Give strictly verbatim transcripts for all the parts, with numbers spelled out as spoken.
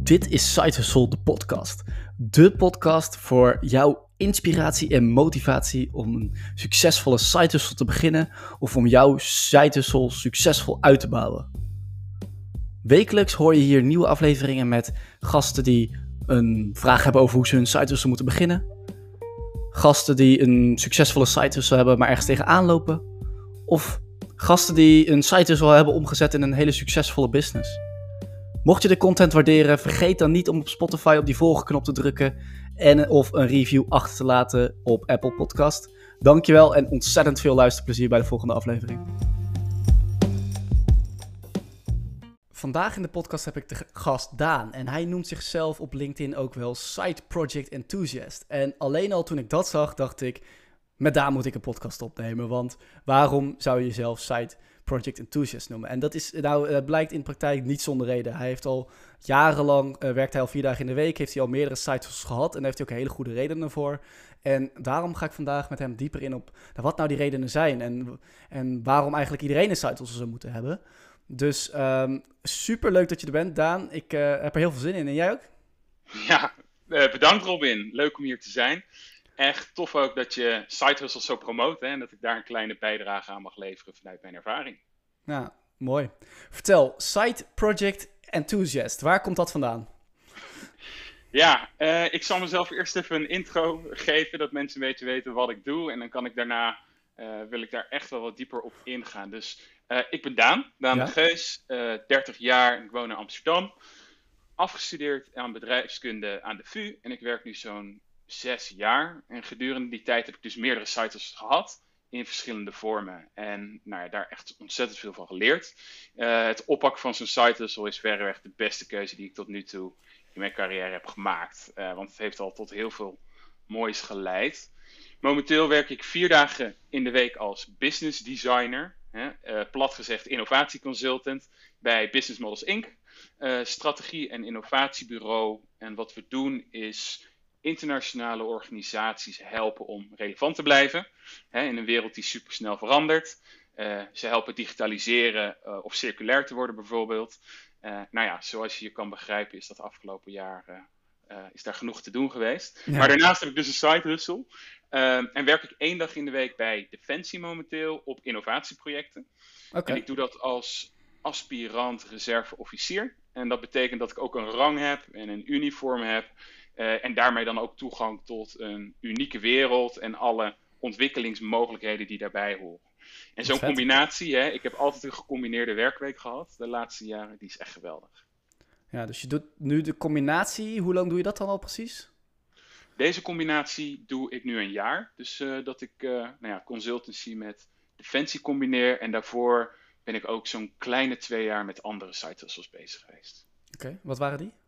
Dit is Side Hustle, de podcast. De podcast voor jouw inspiratie en motivatie om een succesvolle side hustle te beginnen of om jouw side hustle succesvol uit te bouwen. Wekelijks hoor je hier nieuwe afleveringen met gasten die een vraag hebben over hoe ze hun side hustle moeten beginnen. Gasten die een succesvolle side hustle hebben, maar ergens tegenaan lopen. Of gasten die een side hustle hebben omgezet in een hele succesvolle business. Mocht je de content waarderen, vergeet dan niet om op Spotify op die volgknop te drukken en of een review achter te laten op Apple Podcast. Dankjewel en ontzettend veel luisterplezier bij de volgende aflevering. Vandaag in de podcast heb ik de gast Daan en hij noemt zichzelf op LinkedIn ook wel Side Project Enthusiast. En alleen al toen ik dat zag, dacht ik, met Daan moet ik een podcast opnemen, want waarom zou je jezelf Side Project Enthusiast noemen? En dat is, nou, uh, blijkt in praktijk niet zonder reden. Hij heeft al jarenlang, uh, werkt hij al vier dagen in de week, heeft hij al meerdere side hustles gehad en daar heeft hij ook hele goede redenen voor. En daarom ga ik vandaag met hem dieper in op nou, wat nou die redenen zijn en, en waarom eigenlijk iedereen een side hustle zou moeten hebben. Dus um, super leuk dat je er bent, Daan. Ik uh, heb er heel veel zin in. En jij ook? Ja, uh, bedankt Robin. Leuk om hier te zijn. Echt tof ook dat je side hustles zo promoot, hè, en dat ik daar een kleine bijdrage aan mag leveren vanuit mijn ervaring. Ja, mooi. Vertel, Side Project Enthusiast, waar komt dat vandaan? Ja, uh, ik zal mezelf eerst even een intro geven, dat mensen een beetje weten wat ik doe. En dan kan ik daarna, uh, wil ik daar echt wel wat dieper op ingaan. Dus uh, ik ben Daan, Daan Ja? de Geus, uh, dertig jaar en ik woon in Amsterdam. Afgestudeerd aan bedrijfskunde aan de V U en ik werk nu zo'n zes jaar. En gedurende die tijd heb ik dus meerdere side hustles gehad in verschillende vormen. En nou ja, daar echt ontzettend veel van geleerd. Uh, het oppakken van zo'n side hustle is verreweg de beste keuze die ik tot nu toe in mijn carrière heb gemaakt. Uh, want het heeft al tot heel veel moois geleid. Momenteel werk ik vier dagen in de week als business designer. Hè, uh, plat gezegd innovatieconsultant bij Business Models incorporated. Uh, strategie- en innovatiebureau. En wat we doen is internationale organisaties helpen om relevant te blijven. Hè, in een wereld die supersnel verandert. Uh, ze helpen digitaliseren uh, of circulair te worden bijvoorbeeld. Uh, nou ja, zoals je je kan begrijpen is dat afgelopen jaar uh, uh, is daar genoeg te doen geweest. Ja. Maar daarnaast heb ik dus een side hustle. Uh, en werk ik één dag in de week bij Defensie momenteel op innovatieprojecten. Okay. En ik doe dat als aspirant reserveofficier. En dat betekent dat ik ook een rang heb en een uniform heb. Uh, en daarmee dan ook toegang tot een unieke wereld en alle ontwikkelingsmogelijkheden die daarbij horen. En zo'n combinatie, hè, ik heb altijd een gecombineerde werkweek gehad de laatste jaren, die is echt geweldig. Ja, dus je doet nu de combinatie, hoe lang doe je dat dan al precies? Deze combinatie doe ik nu een jaar. Dus uh, dat ik uh, nou ja, consultancy met Defensie combineer en daarvoor ben ik ook zo'n kleine twee jaar met andere side hustles bezig geweest. Oké, okay, wat waren die?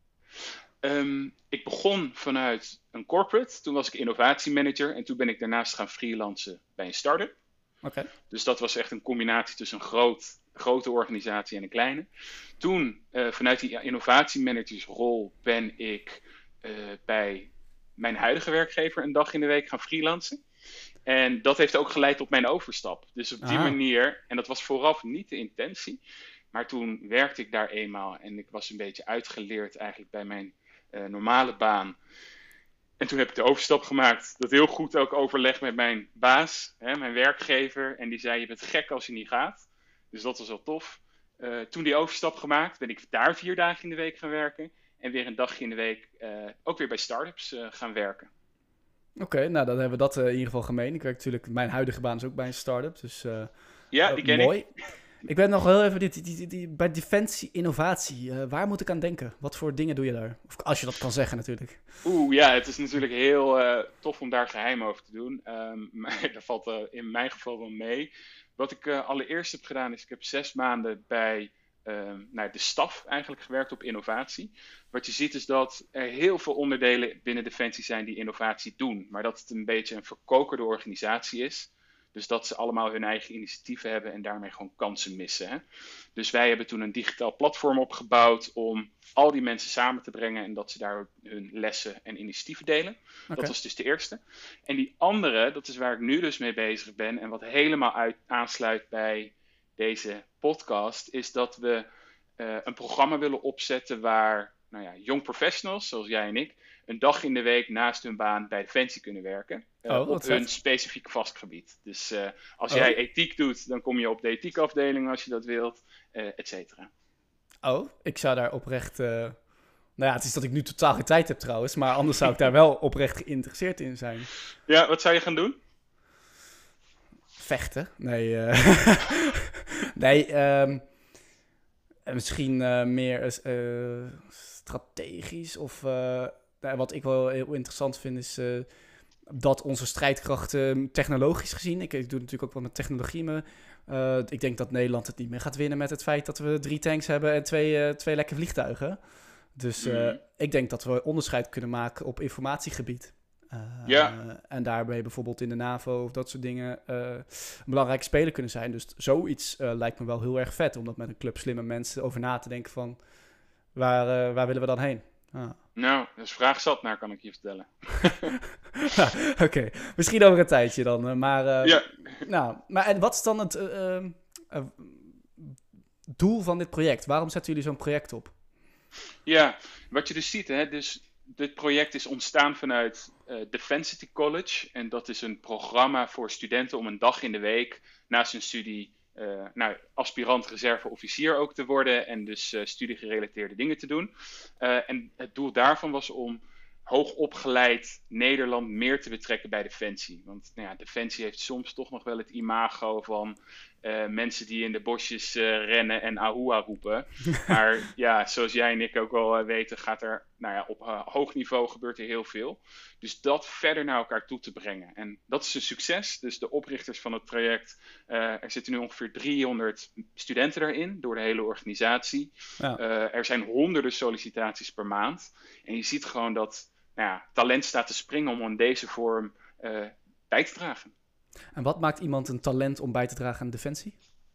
Um, ik begon vanuit een corporate, toen was ik innovatiemanager en toen ben ik daarnaast gaan freelancen bij een start-up. Okay. Dus dat was echt een combinatie tussen een groot, grote organisatie en een kleine. Toen, uh, vanuit die innovatiemanagersrol ben ik uh, bij mijn huidige werkgever een dag in de week gaan freelancen. En dat heeft ook geleid tot mijn overstap. Dus op die ah. manier, en dat was vooraf niet de intentie, maar toen werkte ik daar eenmaal en ik was een beetje uitgeleerd eigenlijk bij mijn uh, normale baan. En toen heb ik de overstap gemaakt. Dat heel goed ook overleg met mijn baas, hè, mijn werkgever. En die zei, je bent gek als je niet gaat. Dus dat was wel tof. Uh, toen die overstap gemaakt, ben ik daar vier dagen in de week gaan werken. En weer een dagje in de week uh, ook weer bij start-ups uh, gaan werken. Oké, okay, nou dan hebben we dat uh, in ieder geval gemeen. Ik werk natuurlijk, mijn huidige baan is ook bij een start-up. Dus uh, ja, die ken uh, mooi. ik. Ik ben nog heel even, die, die, die, die, bij Defensie Innovatie, uh, waar moet ik aan denken? Wat voor dingen doe je daar? Of als je dat kan zeggen natuurlijk. Oeh, ja, het is natuurlijk heel uh, tof om daar geheim over te doen. Um, maar dat valt uh, in mijn geval wel mee. Wat ik uh, allereerst heb gedaan is, ik heb zes maanden bij uh, nou, de staf eigenlijk gewerkt op innovatie. Wat je ziet is dat er heel veel onderdelen binnen Defensie zijn die innovatie doen. Maar dat het een beetje een verkokerde organisatie is. Dus dat ze allemaal hun eigen initiatieven hebben en daarmee gewoon kansen missen. Hè? Dus wij hebben toen een digitaal platform opgebouwd om al die mensen samen te brengen en dat ze daar hun lessen en initiatieven delen. Okay. Dat was dus de eerste. En die andere, dat is waar ik nu dus mee bezig ben en wat helemaal uit, aansluit bij deze podcast, is dat we uh, een programma willen opzetten waar nou ja, young professionals, zoals jij en ik, een dag in de week naast hun baan bij Defensie kunnen werken. Uh, Oh, op wat vet. hun specifiek vastgebied. Dus uh, als Oh. jij ethiek doet, dan kom je op de ethiekafdeling als je dat wilt, uh, et cetera. Oh, ik zou daar oprecht... Uh... Nou ja, het is dat ik nu totaal geen tijd heb trouwens, maar anders zou ik daar wel oprecht geïnteresseerd in zijn. Ja, wat zou je gaan doen? Vechten? Nee, uh... nee, um... misschien uh, meer uh, strategisch of... Uh... Nou, wat ik wel heel interessant vind is... Uh... dat onze strijdkrachten technologisch gezien... Ik, ik doe natuurlijk ook wel met technologie... Me, uh, ik denk dat Nederland het niet meer gaat winnen met het feit... dat we drie tanks hebben en twee, uh, twee lekke vliegtuigen. Dus uh, mm. ik denk dat we onderscheid kunnen maken op informatiegebied. Uh, ja. En daarbij bijvoorbeeld in de NAVO of dat soort dingen... Uh, een belangrijke speler kunnen zijn. Dus zoiets uh, lijkt me wel heel erg vet... om dat met een club slimme mensen over na te denken van... waar, uh, waar willen we dan heen? Ah. Nou, dat is vraag zat naar, kan ik je vertellen. ja, Oké, okay. Misschien over een tijdje dan. Maar, uh, ja. nou, maar en wat is dan het uh, uh, doel van dit project? Waarom zetten jullie zo'n project op? Ja, wat je dus ziet, hè, dus dit project is ontstaan vanuit uh, Defensity College. En dat is een programma voor studenten om een dag in de week naast hun studie... Uh, nou, aspirant reserve-officier ook te worden en dus uh, studiegerelateerde dingen te doen. Uh, en het doel daarvan was om hoogopgeleid Nederland meer te betrekken bij Defensie. Want nou ja, Defensie heeft soms toch nog wel het imago van uh, mensen die in de bosjes uh, rennen en ahoua roepen. Maar ja, zoals jij en ik ook wel uh, weten, gaat er nou ja, op uh, hoog niveau gebeurt er heel veel. Dus dat verder naar elkaar toe te brengen. En dat is een succes. Dus de oprichters van het project, uh, er zitten nu ongeveer driehonderd studenten daarin, door de hele organisatie. Ja. Uh, er zijn honderden sollicitaties per maand. En je ziet gewoon dat nou ja, talent staat te springen om in deze vorm uh, bij te dragen. En wat maakt iemand een talent om bij te dragen aan Defensie?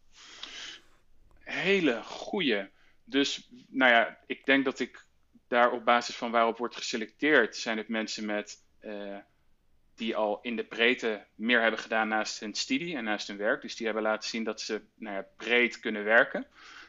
Hele goeie. Dus nou ja, ik denk dat ik daar op basis van waarop wordt geselecteerd, zijn het mensen met, uh, die al in de breedte meer hebben gedaan naast hun studie en naast hun werk. Dus die hebben laten zien dat ze nou ja, breed kunnen werken.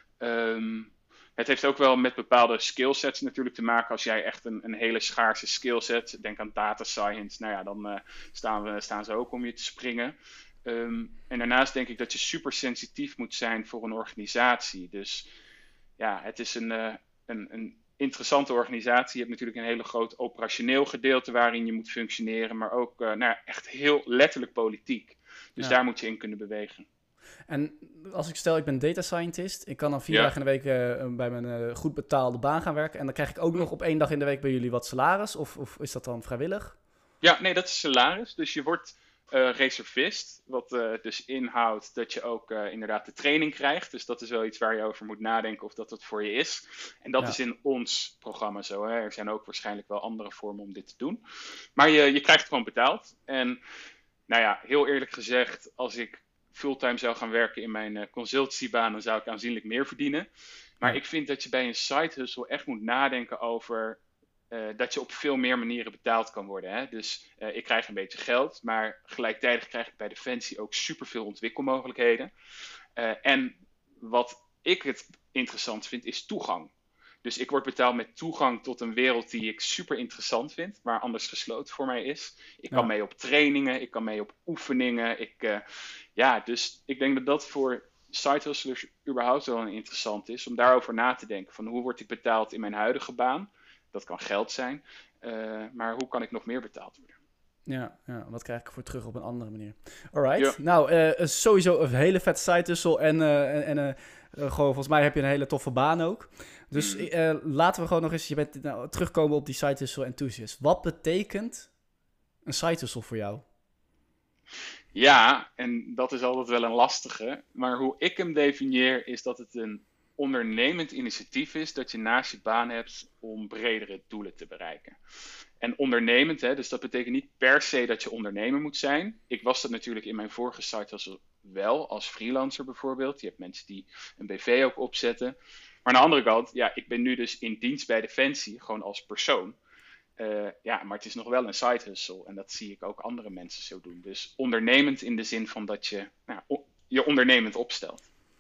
Um, Het heeft ook wel met bepaalde skillsets natuurlijk te maken. Als jij echt een, een hele schaarse skillset, denk aan data science, nou ja, dan uh, staan, we, staan ze ook om je te springen. Um, en daarnaast denk ik dat je super sensitief moet zijn voor een organisatie. Dus ja, het is een, uh, een, een interessante organisatie. Je hebt natuurlijk een hele groot operationeel gedeelte waarin je moet functioneren, maar ook uh, nou, echt heel letterlijk politiek. Dus ja. Daar moet je in kunnen bewegen. En als ik stel, ik ben data scientist, ik kan dan vier ja. dagen in de week uh, bij mijn uh, goed betaalde baan gaan werken en dan krijg ik ook nog op één dag in de week bij jullie wat salaris, of, of is dat dan vrijwillig? Ja, nee, dat is salaris. Dus je wordt uh, reservist, wat uh, dus inhoudt dat je ook uh, inderdaad de training krijgt. Dus dat is wel iets waar je over moet nadenken of dat het voor je is. En dat ja. is in ons programma zo. Hè. Er zijn ook waarschijnlijk wel andere vormen om dit te doen. Maar je, je krijgt gewoon betaald. En nou ja, heel eerlijk gezegd, als ik fulltime zou gaan werken in mijn uh, consultancybaan, dan zou ik aanzienlijk meer verdienen. Maar ja. ik vind dat je bij een side hustle echt moet nadenken over uh, dat je op veel meer manieren betaald kan worden. Hè? Dus uh, ik krijg een beetje geld, maar gelijktijdig krijg ik bij Defensie ook superveel ontwikkelmogelijkheden. Uh, en wat ik het interessant vind, is toegang. Dus ik word betaald met toegang tot een wereld die ik super interessant vind, maar anders gesloten voor mij is. Ik kan ja. mee op trainingen, ik kan mee op oefeningen. Ik, uh, ja, dus ik denk dat dat voor side hustlers überhaupt wel interessant is, om daarover na te denken. Van hoe word ik betaald in mijn huidige baan? Dat kan geld zijn, uh, maar hoe kan ik nog meer betaald worden? Ja, ja, wat krijg ik ervoor terug op een andere manier? Alright, ja. nou, uh, sowieso een hele vet side hustle en, uh, en uh, uh, gewoon volgens mij heb je een hele toffe baan ook. Dus uh, laten we gewoon nog eens, je bent nou, terugkomen op die side hustle enthusiast. Wat betekent een side hustle voor jou? Ja, en dat is altijd wel een lastige. Maar hoe ik hem definieer is dat het een ondernemend initiatief is dat je naast je baan hebt om bredere doelen te bereiken. En ondernemend, hè, dus dat betekent niet per se dat je ondernemer moet zijn. Ik was dat natuurlijk in mijn vorige site hustle wel, als freelancer bijvoorbeeld. Je hebt mensen die een B V ook opzetten. Maar aan de andere kant, ja, ik ben nu dus in dienst bij Defensie, gewoon als persoon. Uh, ja, maar het is nog wel een side hustle en dat zie ik ook andere mensen zo doen. Dus ondernemend in de zin van dat je nou, o- je ondernemend opstelt.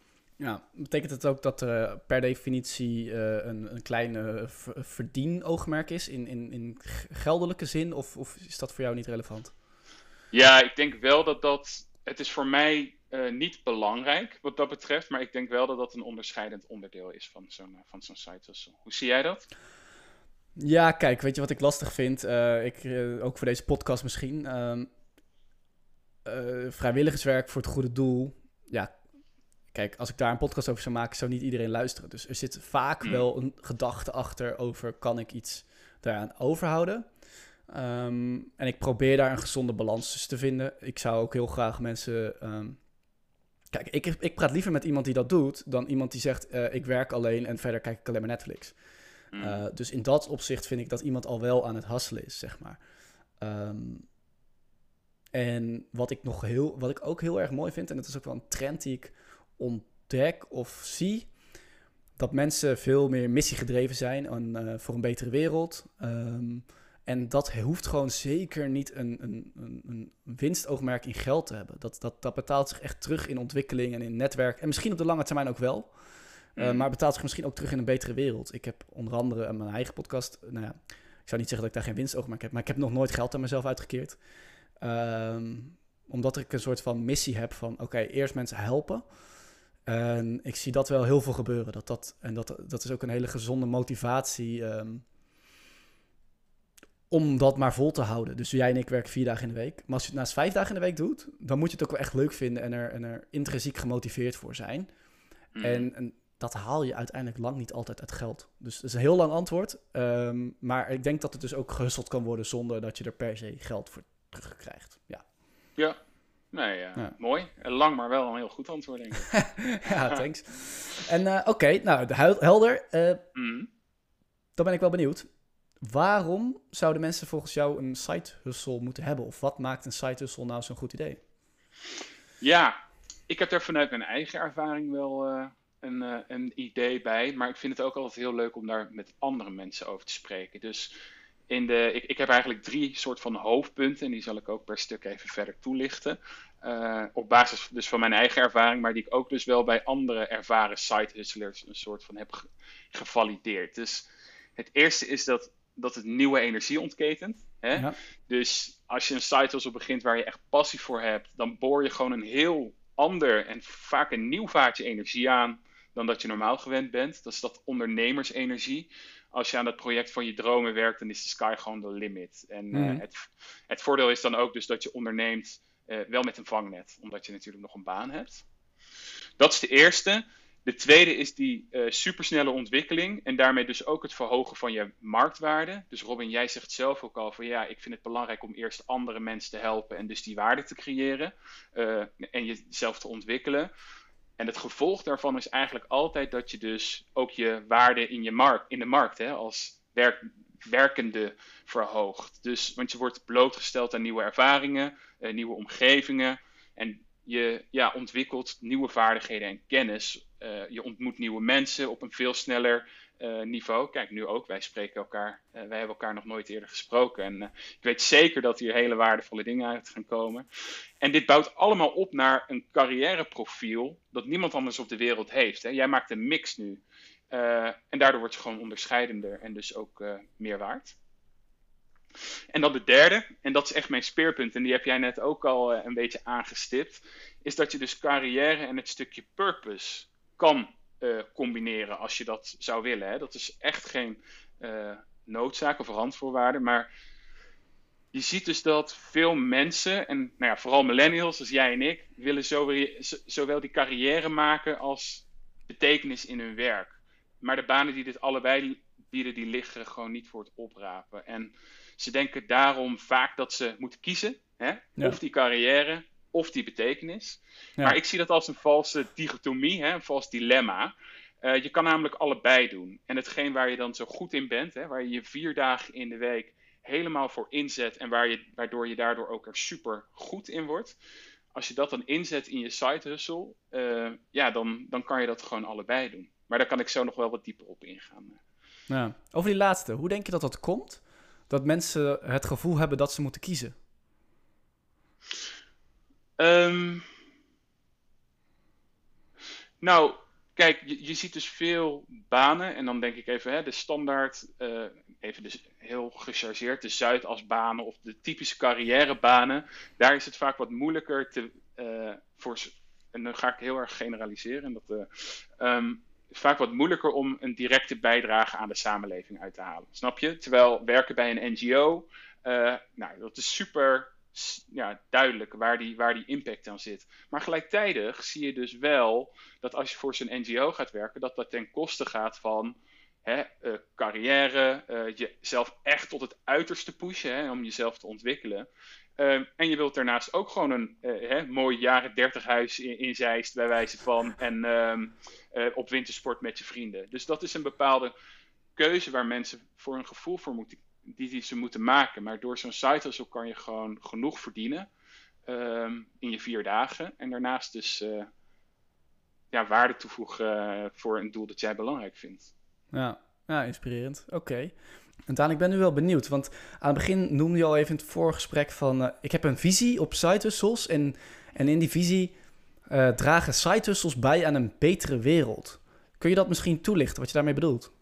Ja, betekent het ook dat er uh, per definitie uh, een, een klein uh, ver- verdienoogmerk is in, in, in geldelijke zin? Of, of is dat voor jou niet relevant? Ja, ik denk wel dat dat... Het is voor mij uh, niet belangrijk wat dat betreft, maar ik denk wel dat dat een onderscheidend onderdeel is van zo'n, uh, van zo'n side hustle. Hoe zie jij dat? Ja, kijk, weet je wat ik lastig vind? Uh, ik, uh, ook voor deze podcast misschien. Um, uh, vrijwilligerswerk voor het goede doel. Ja, kijk, als ik daar een podcast over zou maken, zou niet iedereen luisteren. Dus er zit vaak Mm. wel een gedachte achter over, kan ik iets daaraan overhouden? Um, en ik probeer daar een gezonde balans tussen te vinden. Ik zou ook heel graag mensen... Um... Kijk, ik, ik praat liever met iemand die dat doet, dan iemand die zegt, uh, ik werk alleen en verder kijk ik alleen maar Netflix. Mm. Uh, dus in dat opzicht vind ik dat iemand al wel aan het hustlen is, zeg maar. Um, en wat ik, nog heel, wat ik ook heel erg mooi vind, en dat is ook wel een trend die ik ontdek of zie, dat mensen veel meer missiegedreven zijn en, uh, voor een betere wereld. Um, en dat hoeft gewoon zeker niet een, een, een, een winstoogmerk in geld te hebben. Dat, dat, dat betaalt zich echt terug in ontwikkeling en in netwerk. En misschien op de lange termijn ook wel. Uh, mm. Maar betaalt zich misschien ook terug in een betere wereld. Ik heb onder andere aan mijn eigen podcast... Nou ja, ik zou niet zeggen dat ik daar geen winstoogmerk heb, maar ik heb nog nooit geld aan mezelf uitgekeerd. Um, omdat ik een soort van missie heb van... Oké, okay, eerst mensen helpen. En ik zie dat wel heel veel gebeuren. Dat dat, en dat, dat is ook een hele gezonde motivatie... Um, om dat maar vol te houden. Dus jij en ik werken vier dagen in de week. Maar als je het naast vijf dagen in de week doet... dan moet je het ook wel echt leuk vinden... en er, en er intrinsiek gemotiveerd voor zijn. Mm. En, en dat haal je uiteindelijk lang niet altijd uit geld. Dus dat is een heel lang antwoord. Um, maar ik denk dat het dus ook gehusteld kan worden... zonder dat je er per se geld voor terugkrijgt. Ja, ja. Nee, uh, ja. Mooi. Lang, maar wel een heel goed antwoord, denk ik. Ja, thanks. En uh, oké, okay, nou, de helder. Uh, mm. Dan ben ik wel benieuwd. Waarom zouden mensen volgens jou een side hustle moeten hebben? Of wat maakt een side hustle nou zo'n goed idee? Ja, ik heb er vanuit mijn eigen ervaring wel uh, een, uh, een idee bij. Maar ik vind het ook altijd heel leuk om daar met andere mensen over te spreken. Dus in de, ik, ik heb eigenlijk drie soort van hoofdpunten. En die zal ik ook per stuk even verder toelichten. Uh, op basis dus van mijn eigen ervaring. Maar die ik ook dus wel bij andere ervaren side hustlers een soort van heb ge- gevalideerd. Dus het eerste is dat... dat het nieuwe energie ontketent. Hè? Ja. Dus als je een side hustle begint waar je echt passie voor hebt, dan boor je gewoon een heel ander en vaak een nieuw vaatje energie aan dan dat je normaal gewend bent. Dat is dat ondernemersenergie. Als je aan dat project van je dromen werkt, dan is de sky gewoon de limit. En mm-hmm. uh, het, het voordeel is dan ook dus dat je onderneemt uh, wel met een vangnet, omdat je natuurlijk nog een baan hebt. Dat is de eerste. De tweede is die uh, supersnelle ontwikkeling en daarmee dus ook het verhogen van je marktwaarde. Dus Robin, jij zegt zelf ook al van ja, ik vind het belangrijk om eerst andere mensen te helpen en dus die waarde te creëren uh, en jezelf te ontwikkelen. En het gevolg daarvan is eigenlijk altijd dat je dus ook je waarde in, je markt, in de markt hè, als werk, werkende verhoogt. Dus, want je wordt blootgesteld aan nieuwe ervaringen, uh, nieuwe omgevingen en je ja, ontwikkelt nieuwe vaardigheden en kennis. Uh, je ontmoet nieuwe mensen op een veel sneller uh, niveau. Kijk, nu ook. Wij spreken elkaar. Uh, wij hebben elkaar nog nooit eerder gesproken. En uh, ik weet zeker dat hier hele waardevolle dingen uit gaan komen. En dit bouwt allemaal op naar een carrièreprofiel dat niemand anders op de wereld heeft. Hè. Jij maakt een mix nu. Uh, en daardoor word je gewoon onderscheidender en dus ook uh, meer waard. En dan de derde, en dat is echt mijn speerpunt, en die heb jij net ook al uh, een beetje aangestipt, is dat je dus carrière en het stukje purpose kan uh, combineren als je dat zou willen. Hè. Dat is echt geen uh, noodzaak of randvoorwaarde, maar je ziet dus dat veel mensen, en nou ja, vooral millennials als jij en ik, willen zowel, zowel die carrière maken als betekenis in hun werk. Maar de banen die dit allebei bieden, die liggen gewoon niet voor het oprapen. En ze denken daarom vaak dat ze moeten kiezen, hè? Ja. Of die carrière, of die betekenis. Ja. Maar ik zie dat als een valse dichotomie, hè? Een vals dilemma. Uh, je kan namelijk allebei doen. En hetgeen waar je dan zo goed in bent, hè? Waar je je vier dagen in de week helemaal voor inzet en waar je, waardoor je daardoor ook er super goed in wordt. Als je dat dan inzet in je side hustle, uh, ja, dan, dan kan je dat gewoon allebei doen. Maar daar kan ik zo nog wel wat dieper op ingaan. Ja. Over die laatste, hoe denk je dat dat komt? Dat mensen het gevoel hebben dat ze moeten kiezen? Um, nou, kijk, je, je ziet dus veel banen. En dan denk ik even hè, de standaard, uh, even dus heel gechargeerd, de Zuidasbanen of de typische carrièrebanen. Daar is het vaak wat moeilijker te, uh, voor. En dan ga ik heel erg generaliseren. En dat, uh, um, vaak wat moeilijker om een directe bijdrage aan de samenleving uit te halen. Snap je? Terwijl werken bij een N G O, uh, nou, dat is super ja, duidelijk waar die, waar die impact aan zit. Maar gelijktijdig zie je dus wel dat als je voor zo'n N G O gaat werken, dat dat ten koste gaat van hè, uh, carrière, uh, jezelf echt tot het uiterste pushen hè, om jezelf te ontwikkelen. Uh, en je wilt daarnaast ook gewoon een uh, hè, mooi jaren dertig huis in, in Zeist, bij wijze van, en uh, uh, op wintersport met je vrienden. Dus dat is een bepaalde keuze waar mensen voor een gevoel voor moeten, die, die ze moeten maken. Maar door zo'n side hustle kan je gewoon genoeg verdienen uh, in je vier dagen. En daarnaast dus uh, ja, waarde toevoegen uh, voor een doel dat jij belangrijk vindt. Ja, ja inspirerend. Oké. Okay. En Daan, ik ben nu wel benieuwd, want aan het begin noemde je al even in het voorgesprek van... Uh, ik heb een visie op side hustles en, en in die visie uh, dragen side hustles bij aan een betere wereld. Kun je dat misschien toelichten, wat je daarmee bedoelt?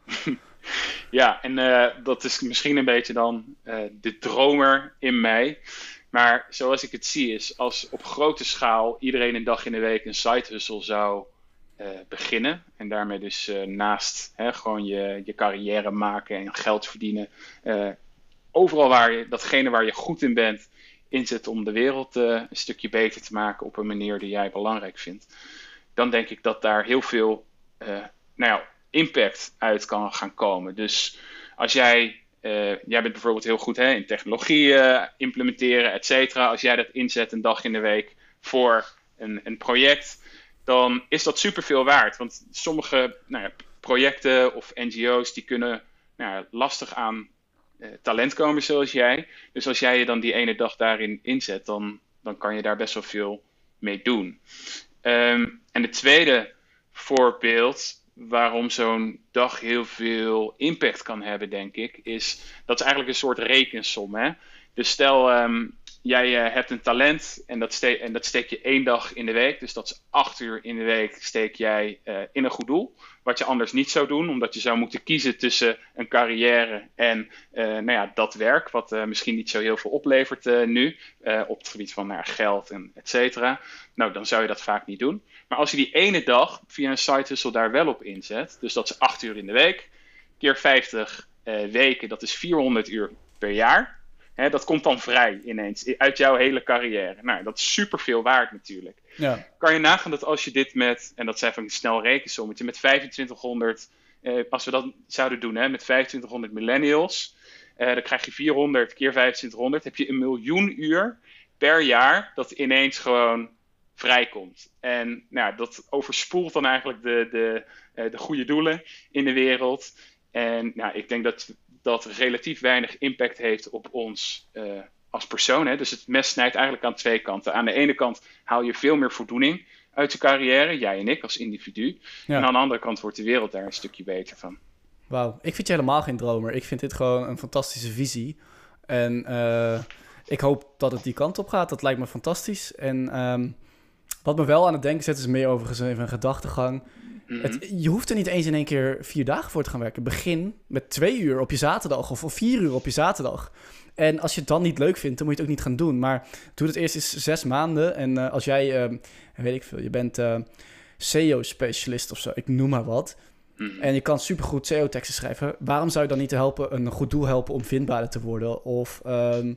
Ja, en uh, dat is misschien een beetje dan uh, de dromer in mij. Maar zoals ik het zie is, als op grote schaal iedereen een dag in de week een side hustle zou... Uh, beginnen en daarmee dus uh, naast hè, gewoon je, je carrière maken en geld verdienen, uh, overal waar je, datgene waar je goed in bent, inzetten om de wereld uh, een stukje beter te maken op een manier die jij belangrijk vindt, dan denk ik dat daar heel veel uh, nou ja, impact uit kan gaan komen. Dus als jij, uh, jij bent bijvoorbeeld heel goed hè, in technologie uh, implementeren, et cetera. Als jij dat inzet een dag in de week voor een, een project, dan is dat superveel waard. Want sommige nou ja, projecten of N G O's die kunnen nou ja, lastig aan uh, talent komen zoals jij. Dus als jij je dan die ene dag daarin inzet, dan, dan kan je daar best wel veel mee doen. Um, en het tweede voorbeeld waarom zo'n dag heel veel impact kan hebben, denk ik, is dat is eigenlijk een soort rekensom. Hè? Dus stel... Um, Jij uh, hebt een talent en dat, ste- en dat steek je één dag in de week. Dus dat is acht uur in de week steek jij uh, in een goed doel. Wat je anders niet zou doen, omdat je zou moeten kiezen tussen een carrière en uh, nou ja, dat werk. Wat uh, misschien niet zo heel veel oplevert uh, nu. Uh, op het gebied van nou ja, geld en et cetera. Nou, dan zou je dat vaak niet doen. Maar als je die ene dag via een side hustle daar wel op inzet. Dus dat is acht uur in de week. Keer vijftig uh, weken, dat is vierhonderd uur per jaar. He, dat komt dan vrij ineens uit jouw hele carrière. Nou, dat is superveel waard natuurlijk. Ja. Kan je nagaan dat als je dit met, en dat is even een snel rekensommetje, met vijfentwintighonderd, eh, als we dat zouden doen, hè, met vijfentwintighonderd millennials, eh, dan krijg je vierhonderd keer vijfentwintighonderd, heb je een miljoen uur per jaar dat ineens gewoon vrijkomt. En nou, dat overspoelt dan eigenlijk de, de, uh, de goede doelen in de wereld. En nou, ik denk dat dat relatief weinig impact heeft op ons uh, als persoon. Hè? Dus het mes snijdt eigenlijk aan twee kanten. Aan de ene kant haal je veel meer voldoening uit je carrière, jij en ik als individu. Ja. En aan de andere kant wordt de wereld daar een stukje beter van. Wauw, ik vind je helemaal geen dromer. Ik vind dit gewoon een fantastische visie. En uh, ik hoop dat het die kant op gaat. Dat lijkt me fantastisch. En um, wat me wel aan het denken zet is meer overigens even een gedachtegang. Mm-hmm. Het, je hoeft er niet eens in één keer vier dagen voor te gaan werken. Begin met twee uur op je zaterdag of, of vier uur op je zaterdag. En als je het dan niet leuk vindt, dan moet je het ook niet gaan doen. Maar doe het eerst eens zes maanden. En uh, als jij, uh, weet ik veel, je bent uh, S E O-specialist of zo, ik noem maar wat. Mm-hmm. En je kan supergoed S E O-teksten schrijven. Waarom zou je dan niet helpen, een goed doel helpen om vindbaarder te worden? Of um,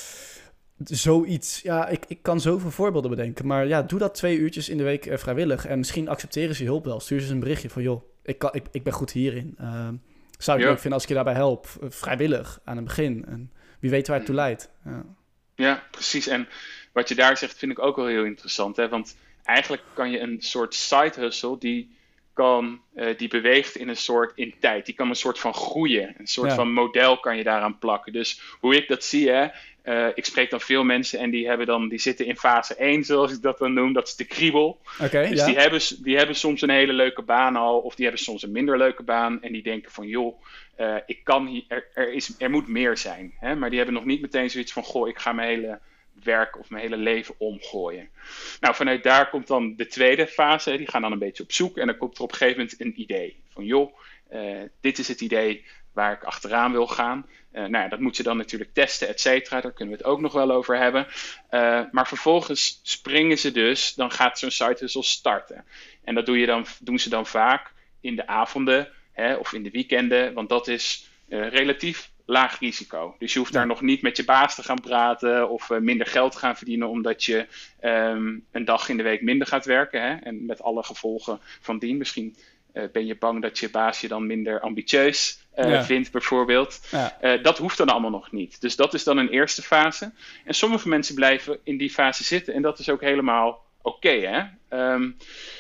zoiets. Ja, ik, ik kan zoveel voorbeelden bedenken. Maar ja, doe dat twee uurtjes in de week uh, vrijwillig. En misschien accepteren ze je hulp wel. Stuur ze een berichtje van, joh, ik, kan, ik, ik ben goed hierin. Uh, zou je ja. leuk vinden als ik je daarbij help? Uh, vrijwillig, aan het begin. En wie weet waar het toe leidt. Ja. ja, precies. En wat je daar zegt vind ik ook wel heel interessant. Hè? Want eigenlijk kan je een soort side hustle die... Kan, uh, die beweegt in een soort in tijd. Die kan een soort van groeien. Een soort ja. van model kan je daaraan plakken. Dus hoe ik dat zie, hè, uh, ik spreek dan veel mensen en die, hebben dan, die zitten in fase één, zoals ik dat dan noem. Dat is de kriebel. Okay, dus ja. die, hebben, die hebben soms een hele leuke baan al. Of die hebben soms een minder leuke baan. En die denken van, joh, uh, ik kan hier, er, er, is, er moet meer zijn. Hè? Maar die hebben nog niet meteen zoiets van, goh, ik ga mijn hele werk of mijn hele leven omgooien. Nou, vanuit daar komt dan de tweede fase. Die gaan dan een beetje op zoek. En dan komt er op een gegeven moment een idee. Van joh, uh, dit is het idee waar ik achteraan wil gaan. Uh, nou ja, dat moet je dan natuurlijk testen, et cetera. Daar kunnen we het ook nog wel over hebben. Uh, maar vervolgens springen ze dus, dan gaat zo'n side hustle starten. En dat doe je dan, doen ze dan vaak in de avonden, hè, of in de weekenden. Want dat is uh, relatief laag risico. Dus je hoeft daar nog niet met je baas te gaan praten of uh, minder geld te gaan verdienen omdat je um, een dag in de week minder gaat werken. Hè? En met alle gevolgen van dien. Misschien uh, ben je bang dat je baas je dan minder ambitieus uh, ja. vindt bijvoorbeeld. Ja. Uh, dat hoeft dan allemaal nog niet. Dus dat is dan een eerste fase. En sommige mensen blijven in die fase zitten en dat is ook helemaal oké. Okay, um,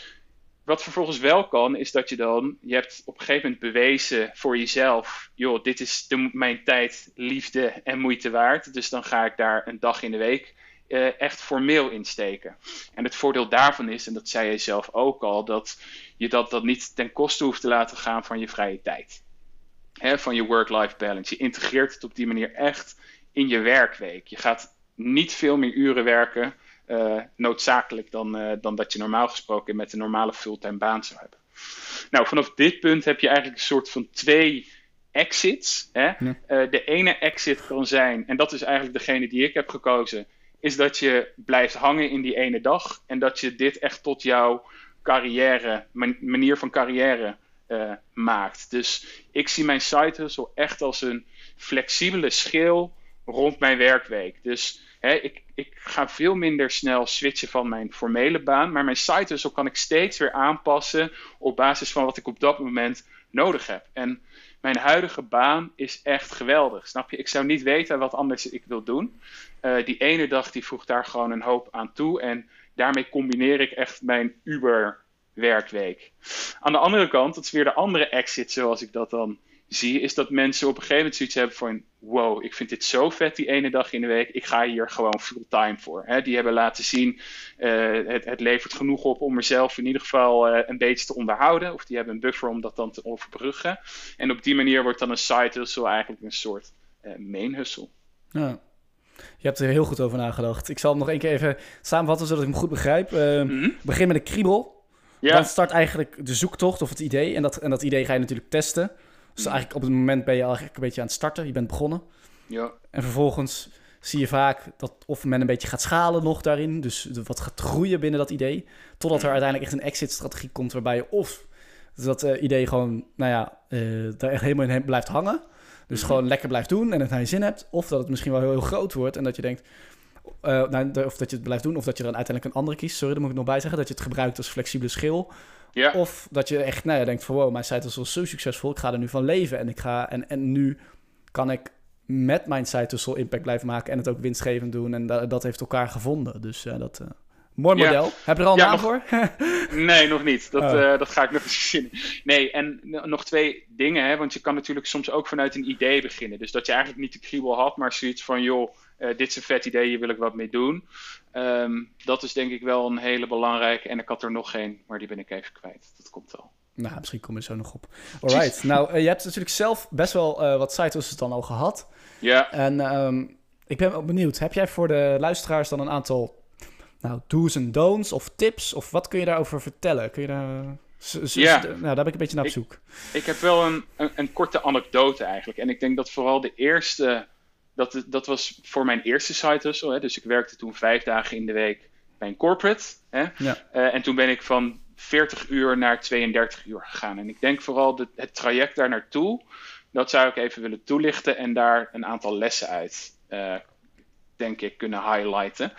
Wat vervolgens wel kan, is dat je dan, je hebt op een gegeven moment bewezen voor jezelf, joh, dit is de, mijn tijd, liefde en moeite waard. Dus dan ga ik daar een dag in de week uh, echt formeel in steken. En het voordeel daarvan is, en dat zei je zelf ook al, dat je dat, dat niet ten koste hoeft te laten gaan van je vrije tijd. Hè, van je work-life balance. Je integreert het op die manier echt in je werkweek. Je gaat niet veel meer uren werken. Uh, noodzakelijk dan, uh, dan dat je normaal gesproken met een normale fulltime baan zou hebben. Nou, vanaf dit punt heb je eigenlijk een soort van twee exits. Hè? Ja. Uh, de ene exit kan zijn, en dat is eigenlijk degene die ik heb gekozen, is dat je blijft hangen in die ene dag en dat je dit echt tot jouw carrière, man- manier van carrière uh, maakt. Dus ik zie mijn side hustle echt als een flexibele schil rond mijn werkweek. Dus hè, ik, ik ga veel minder snel switchen van mijn formele baan, maar mijn side hustle kan ik steeds weer aanpassen op basis van wat ik op dat moment nodig heb. En mijn huidige baan is echt geweldig, snap je? Ik zou niet weten wat anders ik wil doen. Uh, die ene dag die voegt daar gewoon een hoop aan toe en daarmee combineer ik echt mijn Uber werkweek. Aan de andere kant, dat is weer de andere exit zoals ik dat dan zie, is dat mensen op een gegeven moment zoiets hebben van wow, ik vind dit zo vet die ene dag in de week, ik ga hier gewoon fulltime voor. Hè? Die hebben laten zien, uh, het, het levert genoeg op om mezelf in ieder geval uh, een beetje te onderhouden, of die hebben een buffer om dat dan te overbruggen. En op die manier wordt dan een side hustle eigenlijk een soort uh, main hustle. Ja. Je hebt er heel goed over nagedacht. Ik zal hem nog één keer even samenvatten, zodat ik hem goed begrijp. Uh, mm-hmm. Begin met een kriebel. Ja. Dan start eigenlijk de zoektocht of het idee. En dat, en dat idee ga je natuurlijk testen. Dus mm. eigenlijk op het moment ben je eigenlijk een beetje aan het starten. Je bent begonnen. Ja. En vervolgens zie je vaak dat of men een beetje gaat schalen nog daarin. Dus wat gaat groeien binnen dat idee. Totdat er uiteindelijk echt een exit-strategie komt waarbij je of dat uh, idee gewoon, nou ja, uh, daar echt helemaal in blijft hangen. Dus gewoon lekker blijft doen en het naar je zin hebt. Of dat het misschien wel heel, heel groot wordt en dat je denkt, Uh, nou, of dat je het blijft doen, of dat je dan uiteindelijk een andere kiest. Sorry, daar moet ik nog bij zeggen. Dat je het gebruikt als flexibele schil. Ja. Of dat je echt, nou ja, denkt van wow, mijn site hustle is zo succesvol. Ik ga er nu van leven. En, ik ga, en, en nu kan ik met mijn site hustle impact blijven maken. En het ook winstgevend doen. En da- dat heeft elkaar gevonden. Dus uh, dat... Uh, mooi model. Ja. Heb je er al een ja, naam nog... voor? Nee, nog niet. Dat, oh. uh, dat ga ik nog eens verzinnen. Nee, en n- nog twee dingen. Hè? Want je kan natuurlijk soms ook vanuit een idee beginnen. Dus dat je eigenlijk niet de kriebel had, maar zoiets van joh, Uh, dit is een vet idee, hier wil ik wat mee doen. Um, dat is denk ik wel een hele belangrijke. En ik had er nog geen, maar die ben ik even kwijt. Dat komt wel. Nou, misschien kom je zo nog op. Alright. Nou, uh, je hebt natuurlijk zelf best wel uh, wat side hustles dan al gehad. Ja. En um, ik ben wel benieuwd. Heb jij voor de luisteraars dan een aantal nou, do's en don'ts of tips? Of wat kun je daarover vertellen? Kun je daar... Z- z- ja. Nou, daar ben ik een beetje naar op zoek. Ik, ik heb wel een, een, een korte anekdote eigenlijk. En ik denk dat vooral de eerste... Dat, dat was voor mijn eerste side hustle. Hè? Dus ik werkte toen vijf dagen in de week bij een corporate. Hè? Ja. Uh, en toen ben ik van veertig uur naar tweeëndertig uur gegaan. En ik denk vooral de, het traject daar naartoe, dat zou ik even willen toelichten en daar een aantal lessen uit, uh, denk ik, kunnen highlighten.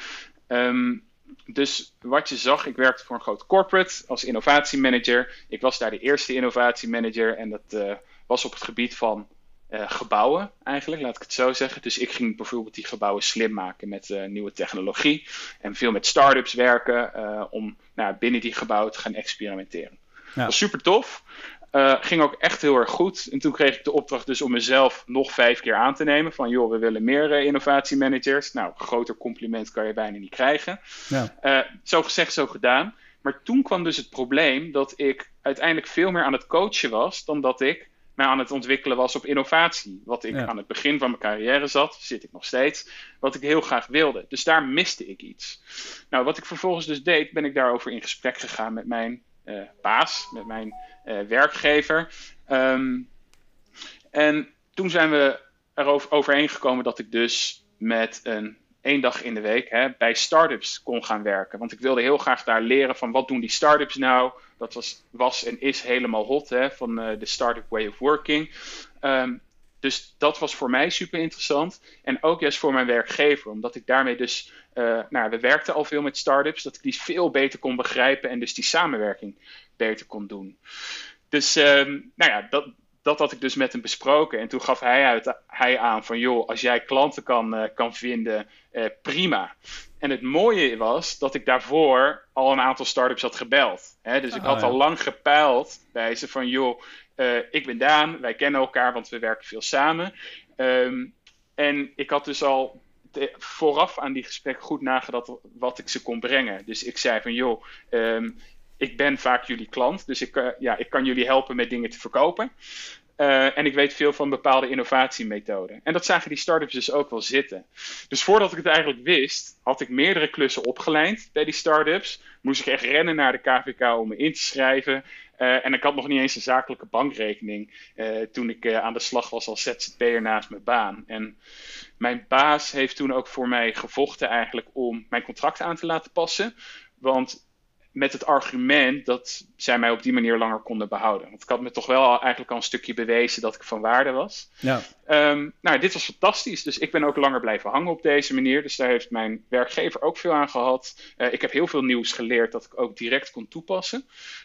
Um, dus wat je zag, ik werkte voor een groot corporate als innovatiemanager. Ik was daar de eerste innovatiemanager en dat uh, was op het gebied van Uh, gebouwen eigenlijk, laat ik het zo zeggen. Dus ik ging bijvoorbeeld die gebouwen slim maken met uh, nieuwe technologie en veel met start-ups werken uh, om nou, binnen die gebouwen te gaan experimenteren. Ja. Dat was super tof. Uh, ging ook echt heel erg goed. En toen kreeg ik de opdracht dus om mezelf nog vijf keer aan te nemen. Van joh, we willen meer uh, innovatiemanagers. Nou, een groter compliment kan je bijna niet krijgen. Ja. Uh, zo gezegd, zo gedaan. Maar toen kwam dus het probleem dat ik uiteindelijk veel meer aan het coachen was dan dat ik mij aan het ontwikkelen was op innovatie. Wat ik ja. aan het begin van mijn carrière zat, zit ik nog steeds, wat ik heel graag wilde. Dus daar miste ik iets. Nou, wat ik vervolgens dus deed, ben ik daarover in gesprek gegaan met mijn uh, baas, met mijn uh, werkgever. Um, en toen zijn we erover overeengekomen dat ik dus met een één dag in de week hè, bij start-ups kon gaan werken. Want ik wilde heel graag daar leren van wat doen die start-ups nou. Dat was, was en is helemaal hot hè, van uh, de start-up way of working. Um, dus dat was voor mij super interessant. En ook juist voor mijn werkgever. Omdat ik daarmee dus... Uh, nou, we werkten al veel met start-ups. Dat ik die veel beter kon begrijpen. En dus die samenwerking beter kon doen. Dus um, nou ja, dat... Dat had ik dus met hem besproken. En toen gaf hij, uit, hij aan van... joh, als jij klanten kan, uh, kan vinden, uh, prima. En het mooie was dat ik daarvoor al een aantal start-ups had gebeld. Hè? Dus ik oh, had ja. al lang gepeild bij ze van... joh, uh, ik ben Daan, wij kennen elkaar, want we werken veel samen. Um, en ik had dus al te, vooraf aan die gesprekken goed nagedacht wat ik ze kon brengen. Dus ik zei van joh... Um, ik ben vaak jullie klant, dus ik, uh, ja, ik kan jullie helpen met dingen te verkopen. Uh, en ik weet veel van bepaalde innovatiemethoden. En dat zagen die start-ups dus ook wel zitten. Dus voordat ik het eigenlijk wist, had ik meerdere klussen opgelijnd bij die start-ups. Moest ik echt rennen naar de K V K om me in te schrijven. Uh, en ik had nog niet eens een zakelijke bankrekening uh, toen ik uh, aan de slag was als Z Z P'er naast mijn baan. En mijn baas heeft toen ook voor mij gevochten eigenlijk om mijn contract aan te laten passen. Want... met het argument dat zij mij op die manier langer konden behouden. Want ik had me toch wel al, eigenlijk al een stukje bewezen dat ik van waarde was. Ja. Um, nou, dit was fantastisch. Dus ik ben ook langer blijven hangen op deze manier. Dus daar heeft mijn werkgever ook veel aan gehad. Uh, ik heb heel veel nieuws geleerd dat ik ook direct kon toepassen.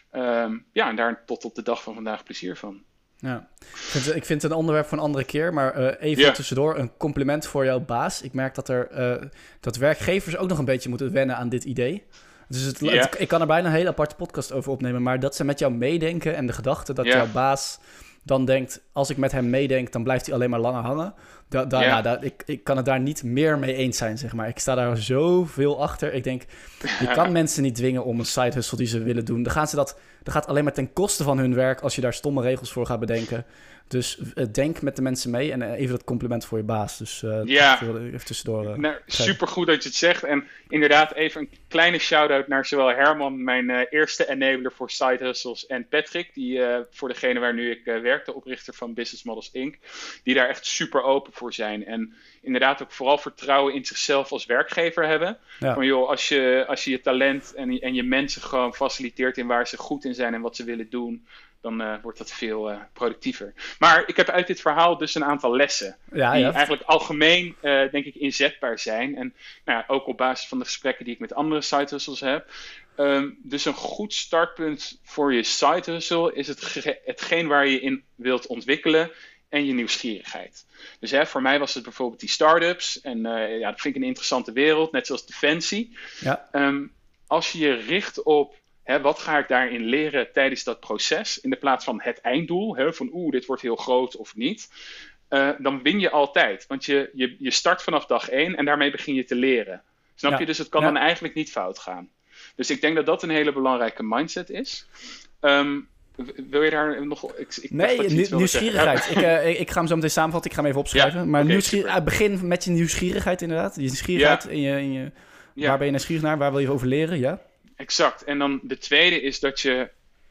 Um, ja, en daar tot op de dag van vandaag plezier van. Ja, ik vind, ik vind het een onderwerp voor een andere keer, maar uh, even yeah. tussendoor een compliment voor jouw baas. Ik merk dat, er, uh, dat werkgevers ook nog een beetje moeten wennen aan dit idee. Dus het, yeah. het, ik kan er bijna een hele aparte podcast over opnemen, maar dat ze met jou meedenken en de gedachte dat yeah. jouw baas dan denkt, als ik met hem meedenk, dan blijft hij alleen maar langer hangen. Da, da, yeah. nou, da, ik, ik kan het daar niet meer mee eens zijn, zeg maar. Ik sta daar zoveel achter. Ik denk, je kan mensen niet dwingen om een side hustle die ze willen doen. Dan gaan ze dat, dat gaat alleen maar ten koste van hun werk als je daar stomme regels voor gaat bedenken. Dus uh, denk met de mensen mee en uh, even dat compliment voor je baas. Dus uh, ja, even tussendoor. Uh, nou, supergoed dat je het zegt. En inderdaad even een kleine shout-out naar zowel Herman, mijn uh, eerste enabler voor side hustles, en Patrick, die uh, voor degene waar nu ik uh, werk, de oprichter van Business Models incorporated, die daar echt super open voor zijn. En inderdaad ook vooral vertrouwen in zichzelf als werkgever hebben. Ja. Van joh, als je, als je je talent en, en je mensen gewoon faciliteert in waar ze goed in zijn en wat ze willen doen, dan uh, wordt dat veel uh, productiever. Maar ik heb uit dit verhaal dus een aantal lessen. Ja, die ja. eigenlijk algemeen, uh, denk ik, inzetbaar zijn. En nou ja, ook op basis van de gesprekken die ik met andere side hustles heb. Um, dus een goed startpunt voor je side hustle is het ge- hetgeen waar je in wilt ontwikkelen en je nieuwsgierigheid. Dus hè, voor mij was het bijvoorbeeld die start-ups. En uh, ja, dat vind ik een interessante wereld, net zoals Defensie. Ja. Um, als je je richt op Hè, wat ga ik daarin leren tijdens dat proces? In de plaats van het einddoel, hè, van oeh, dit wordt heel groot of niet. Uh, dan win je altijd. Want je, je, je start vanaf dag één en daarmee begin je te leren. Snap ja. je? Dus het kan ja. dan eigenlijk niet fout gaan. Dus ik denk dat dat een hele belangrijke mindset is. Um, wil je daar nog... Ik, ik nee, nieuw, nieuwsgierigheid. ik, uh, ik, ik ga hem zo meteen samenvatten. Ik ga hem even opschrijven. Ja, maar okay, nieuwsgier... begin met je nieuwsgierigheid inderdaad. Je nieuwsgierigheid ja. in je... In je... Ja. Waar ben je nieuwsgierig naar? Waar wil je over leren? Ja. Exact. En dan de tweede is dat je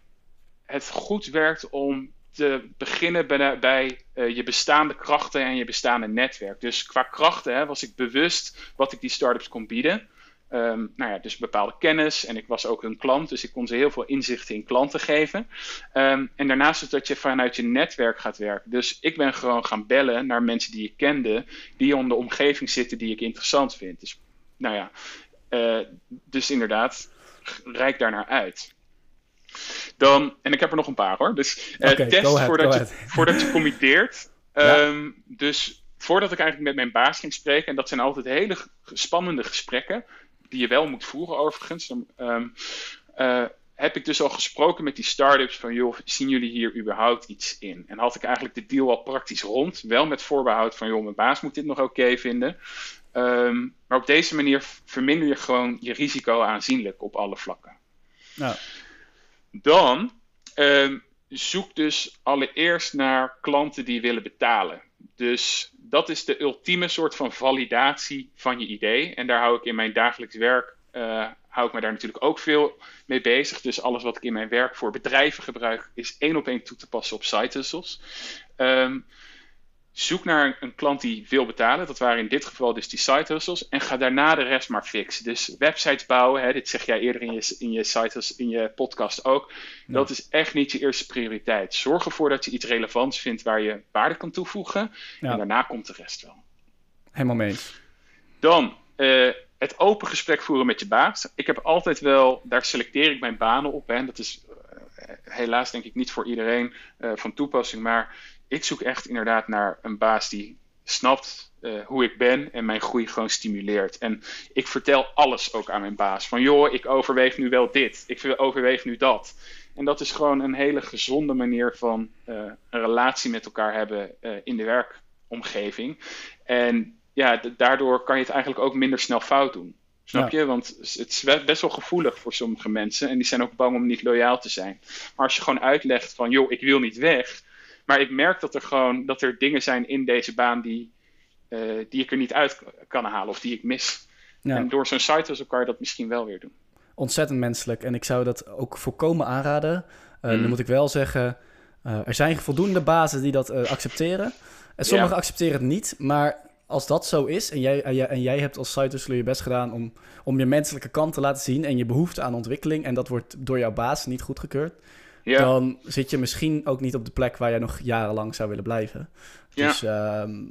het goed werkt om te beginnen bij, bij uh, je bestaande krachten en je bestaande netwerk. Dus qua krachten hè, was ik bewust wat ik die start-ups kon bieden. Um, nou ja, dus bepaalde kennis en ik was ook hun klant, dus ik kon ze heel veel inzichten in klanten geven. Um, en daarnaast is dat je vanuit je netwerk gaat werken. Dus ik ben gewoon gaan bellen naar mensen die ik kende, die in de omgeving zitten die ik interessant vind. Dus nou ja, uh, dus inderdaad, rijk daarnaar uit. Dan, en ik heb er nog een paar hoor. Dus uh, okay, test ahead, voordat, je, voordat je committeert. Um, ja. Dus voordat ik eigenlijk met mijn baas ging spreken, en dat zijn altijd hele spannende gesprekken, die je wel moet voeren overigens, dan, um, uh, heb ik dus al gesproken met die start-ups van, joh, zien jullie hier überhaupt iets in? En had ik eigenlijk de deal al praktisch rond, wel met voorbehoud van, joh, mijn baas moet dit nog oké okay vinden. Um, maar op deze manier verminder je gewoon je risico aanzienlijk op alle vlakken. Ja. Dan um, zoek dus allereerst naar klanten die willen betalen. Dus dat is de ultieme soort van validatie van je idee. En daar hou ik in mijn dagelijks werk, uh, hou ik me daar natuurlijk ook veel mee bezig. Dus alles wat ik in mijn werk voor bedrijven gebruik, is één op één toe te passen op side hustles. Um, Zoek naar een klant die wil betalen. Dat waren in dit geval dus die side hustles. En ga daarna de rest maar fixen. Dus websites bouwen. Hè, dit zeg jij eerder in je, in je, side hustles, in je podcast ook. Ja. Dat is echt niet je eerste prioriteit. Zorg ervoor dat je iets relevants vindt waar je waarde kan toevoegen. Ja. En daarna komt de rest wel. Helemaal mee eens. Dan uh, het open gesprek voeren met je baas. Ik heb altijd wel, daar selecteer ik mijn banen op. Hè. Dat is uh, helaas denk ik niet voor iedereen uh, van toepassing. Maar ik zoek echt inderdaad naar een baas die snapt uh, hoe ik ben en mijn groei gewoon stimuleert. En ik vertel alles ook aan mijn baas. Van joh, ik overweeg nu wel dit. Ik overweeg nu dat. En dat is gewoon een hele gezonde manier van uh, een relatie met elkaar hebben uh, in de werkomgeving. En ja, d- daardoor kan je het eigenlijk ook minder snel fout doen. Snap ja. je? Want het is best wel gevoelig voor sommige mensen. En die zijn ook bang om niet loyaal te zijn. Maar als je gewoon uitlegt van joh, ik wil niet weg. Maar ik merk dat er gewoon dat er dingen zijn in deze baan die, uh, die ik er niet uit kan halen of die ik mis. Ja. En door zo'n site hustle kan je dat misschien wel weer doen. Ontzettend menselijk. En ik zou dat ook volkomen aanraden. Uh, mm. Dan moet ik wel zeggen, uh, er zijn voldoende bazen die dat uh, accepteren. En sommigen ja. accepteren het niet. Maar als dat zo is en jij, en jij, en jij hebt als site hustler je best gedaan om, om je menselijke kant te laten zien en je behoefte aan ontwikkeling en dat wordt door jouw baas niet goedgekeurd. Ja. Dan zit je misschien ook niet op de plek waar jij nog jarenlang zou willen blijven. Ja. Dus um,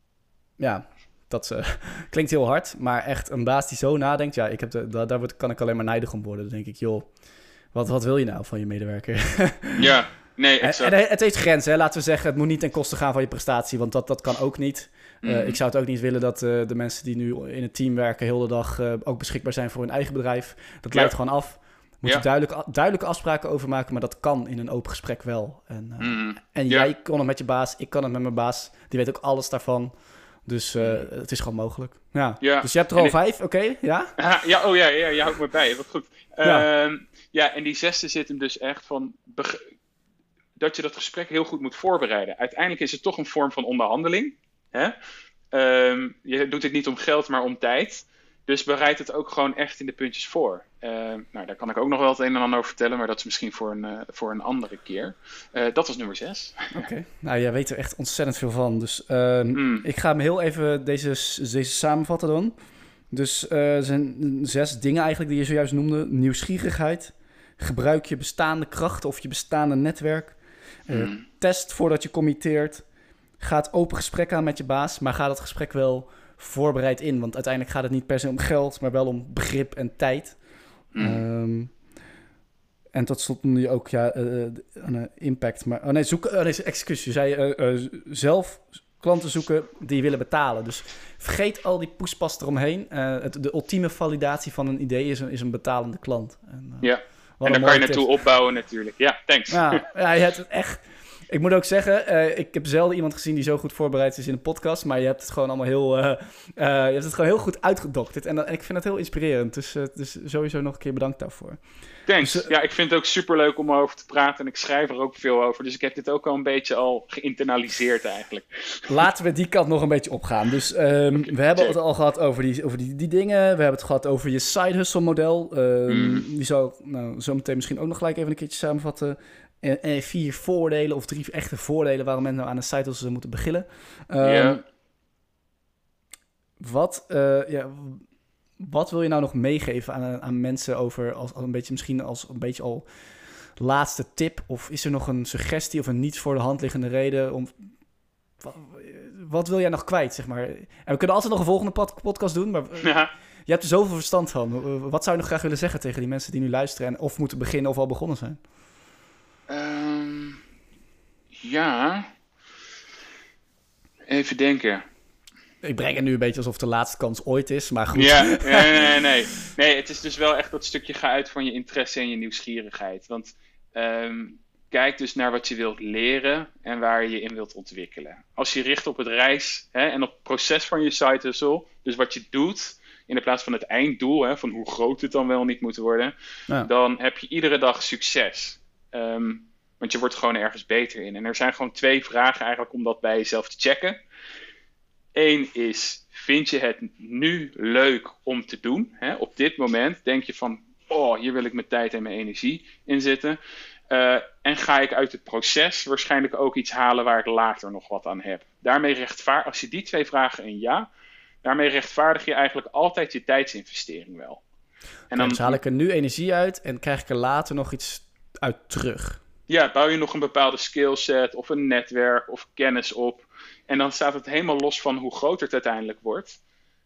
ja, dat uh, klinkt heel hard. Maar echt een baas die zo nadenkt, ja, ik heb de, daar, daar word, kan ik alleen maar nijdig om worden. Dan denk ik, joh, wat, wat wil je nou van je medewerker? Ja, nee, exact. En, en het heeft grenzen, hè? Laten we zeggen, het moet niet ten koste gaan van je prestatie, want dat, dat kan ook niet. Mm-hmm. Uh, ik zou het ook niet willen dat uh, de mensen die nu in het team werken heel de dag uh, ook beschikbaar zijn voor hun eigen bedrijf. Dat ja. leidt gewoon af. Moet ja. je duidelijk, duidelijke afspraken over maken, maar dat kan in een open gesprek wel. En, uh, mm, en ja. jij kon het met je baas, ik kan het met mijn baas. Die weet ook alles daarvan. Dus uh, het is gewoon mogelijk. Ja. Ja. Dus je hebt er al en vijf, oké? Okay, ja? Uh, ja, oh ja, ja, je houdt me bij. Wat goed. Ja. Uh, ja, en die zesde zit hem dus echt van beg- dat je dat gesprek heel goed moet voorbereiden. Uiteindelijk is het toch een vorm van onderhandeling. Hè? Uh, je doet het niet om geld, maar om tijd. Dus bereid het ook gewoon echt in de puntjes voor. Uh, nou, daar kan ik ook nog wel het een en ander over vertellen, maar dat is misschien voor een, uh, voor een andere keer. Uh, dat was nummer zes. Oké, okay. Nou jij weet er echt ontzettend veel van. Dus uh, mm. ik ga hem heel even deze, deze samenvatten dan. Dus uh, er zijn zes dingen eigenlijk die je zojuist noemde. Nieuwsgierigheid, gebruik je bestaande krachten of je bestaande netwerk. Uh, mm. Test voordat je committeert. Ga het open gesprek aan met je baas, maar ga dat gesprek wel voorbereid in. Want uiteindelijk gaat het niet per se om geld, maar wel om begrip en tijd. Mm. Um, en tot slot noemde je ook ja, uh, een impact. Maar, oh nee, zoek, oh nee, excuus. Je zei uh, uh, zelf klanten zoeken die willen betalen. Dus vergeet al die poespas eromheen. Uh, het, de ultieme validatie van een idee is een, is een betalende klant. En, uh, ja, en daar kan je naartoe opbouwen natuurlijk. Ja, thanks. Ja, ja, je hebt het echt. Ik moet ook zeggen, uh, ik heb zelden iemand gezien die zo goed voorbereid is in een podcast. Maar je hebt het gewoon allemaal heel, uh, uh, je hebt het gewoon heel goed uitgedokterd. En, en ik vind het heel inspirerend. Dus, uh, dus sowieso nog een keer bedankt daarvoor. Thanks. Dus, uh, ja, ik vind het ook superleuk om erover te praten. En ik schrijf er ook veel over. Dus ik heb dit ook al een beetje al geïnternaliseerd eigenlijk. Laten we die kant nog een beetje opgaan. Dus um, okay, we hebben het al gehad over, die, over die, die dingen. We hebben het gehad over je side hustle model. Um, mm. Die zou nou, zo meteen misschien ook nog gelijk even een keertje samenvatten. En, en vier voordelen of drie echte voordelen waarom mensen nou aan een site hustle moeten beginnen. Um, yeah. Wat, uh, ja, wat wil je nou nog meegeven aan, aan mensen over als, als een beetje misschien als een beetje al laatste tip? Of is er nog een suggestie of een niet voor de hand liggende reden om wat, wat wil jij nog kwijt, zeg maar? En we kunnen altijd nog een volgende pod- podcast doen, maar ja. Je hebt er zoveel verstand van. Wat zou je nog graag willen zeggen tegen die mensen die nu luisteren en of moeten beginnen of al begonnen zijn? Um, ja. Even denken. Ik breng het nu een beetje alsof het de laatste kans ooit is, maar goed. Ja, nee, nee, nee. Nee, het is dus wel echt dat stukje ga uit van je interesse en je nieuwsgierigheid. Want um, kijk dus naar wat je wilt leren en waar je je in wilt ontwikkelen. Als je richt op het reis hè, en op het proces van je side hustle, dus wat je doet in de plaats van het einddoel, hè, van hoe groot het dan wel niet moet worden, ja. Dan heb je iedere dag succes. Um, Want je wordt gewoon ergens beter in. En er zijn gewoon twee vragen eigenlijk om dat bij jezelf te checken. Eén is, vind je het nu leuk om te doen? Hè? Op dit moment denk je van, oh, hier wil ik mijn tijd en mijn energie in zitten. Uh, en ga ik uit het proces waarschijnlijk ook iets halen waar ik later nog wat aan heb. Daarmee rechtvaardig, als je die twee vragen en ja, daarmee rechtvaardig je eigenlijk altijd je tijdsinvestering wel. En dan dus haal ik er nu energie uit en krijg ik er later nog iets uit terug. Ja, bouw je nog een bepaalde skillset of een netwerk of kennis op. En dan staat het helemaal los van hoe groot het uiteindelijk wordt.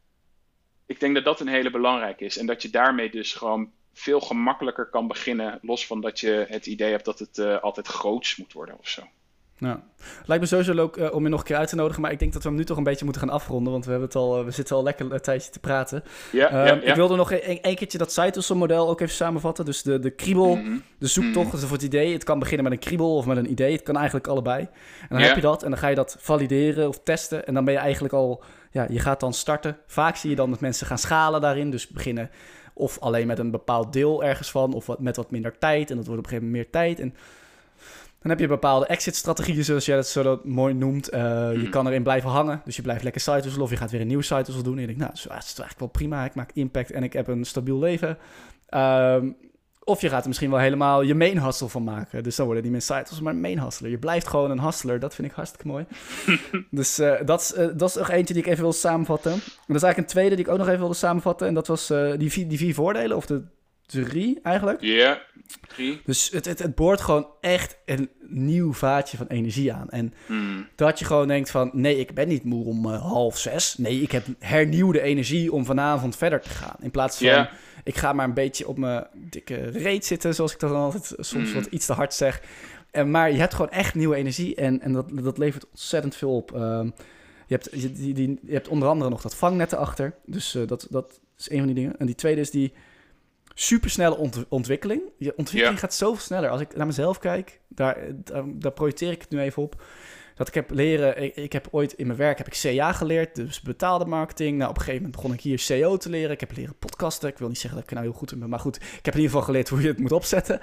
Ik denk dat dat een hele belangrijke is. En dat je daarmee dus gewoon veel gemakkelijker kan beginnen. Los van dat je het idee hebt dat het uh, altijd groots moet worden of zo. Nou, lijkt me sowieso leuk uh, om je nog een keer uit te nodigen. Maar ik denk dat we hem nu toch een beetje moeten gaan afronden. Want we, hebben het al, uh, we zitten al lekker een tijdje te praten. Ja, uh, ja, ja. Ik wilde nog een, een keertje dat Cytosol model ook even samenvatten. Dus de, de kriebel, mm-hmm. de zoektocht, mm-hmm. voor het idee. Het kan beginnen met een kriebel of met een idee. Het kan eigenlijk allebei. En dan ja. heb je dat en dan ga je dat valideren of testen. En dan ben je eigenlijk al... Ja, je gaat dan starten. Vaak zie je dan dat mensen gaan schalen daarin. Dus beginnen of alleen met een bepaald deel ergens van. Of wat, met wat minder tijd. En dat wordt op een gegeven moment meer tijd. En dan heb je bepaalde exit-strategieën, zoals jij dat zo dat mooi noemt. Uh, mm. Je kan erin blijven hangen. Dus je blijft lekker Cytosol of je gaat weer een nieuwe Cytosol doen. En je denkt, nou, dat is eigenlijk wel prima. Ik maak impact en ik heb een stabiel leven. Um, of je gaat er misschien wel helemaal je main hustle van maken. Dus dan worden die mensen Cytosol maar een main hustler. Je blijft gewoon een hustler. Dat vind ik hartstikke mooi. Dus uh, dat, is, uh, dat is nog eentje die ik even wil samenvatten. En dat is eigenlijk een tweede die ik ook nog even wilde samenvatten. En dat was uh, die, vier, die vier voordelen, of de drie eigenlijk. Ja, yeah, drie. Dus het, het, het boort gewoon echt een nieuw vaatje van energie aan. En mm. dat je gewoon denkt van, nee, ik ben niet moe om uh, half zes. Nee, ik heb hernieuwde energie om vanavond verder te gaan. In plaats van, yeah. ik ga maar een beetje op mijn dikke reet zitten, zoals ik dat dan altijd soms mm. wat iets te hard zeg. En, maar je hebt gewoon echt nieuwe energie en, en dat, dat levert ontzettend veel op. Uh, je, hebt, je, die, die, je hebt onder andere nog dat vangnet erachter. Dus uh, dat, dat is een van die dingen. En die tweede is die supersnelle ont- ontwikkeling. Je ontwikkeling ja. gaat zoveel sneller. Als ik naar mezelf kijk, daar, daar, daar projecteer ik het nu even op. Dat ik heb leren... Ik, ik heb ooit in mijn werk heb ik C A geleerd, dus betaalde marketing. Nou, op een gegeven moment begon ik hier C O te leren. Ik heb leren podcasten. Ik wil niet zeggen dat ik er nou heel goed in ben, maar goed. Ik heb in ieder geval geleerd hoe je het moet opzetten.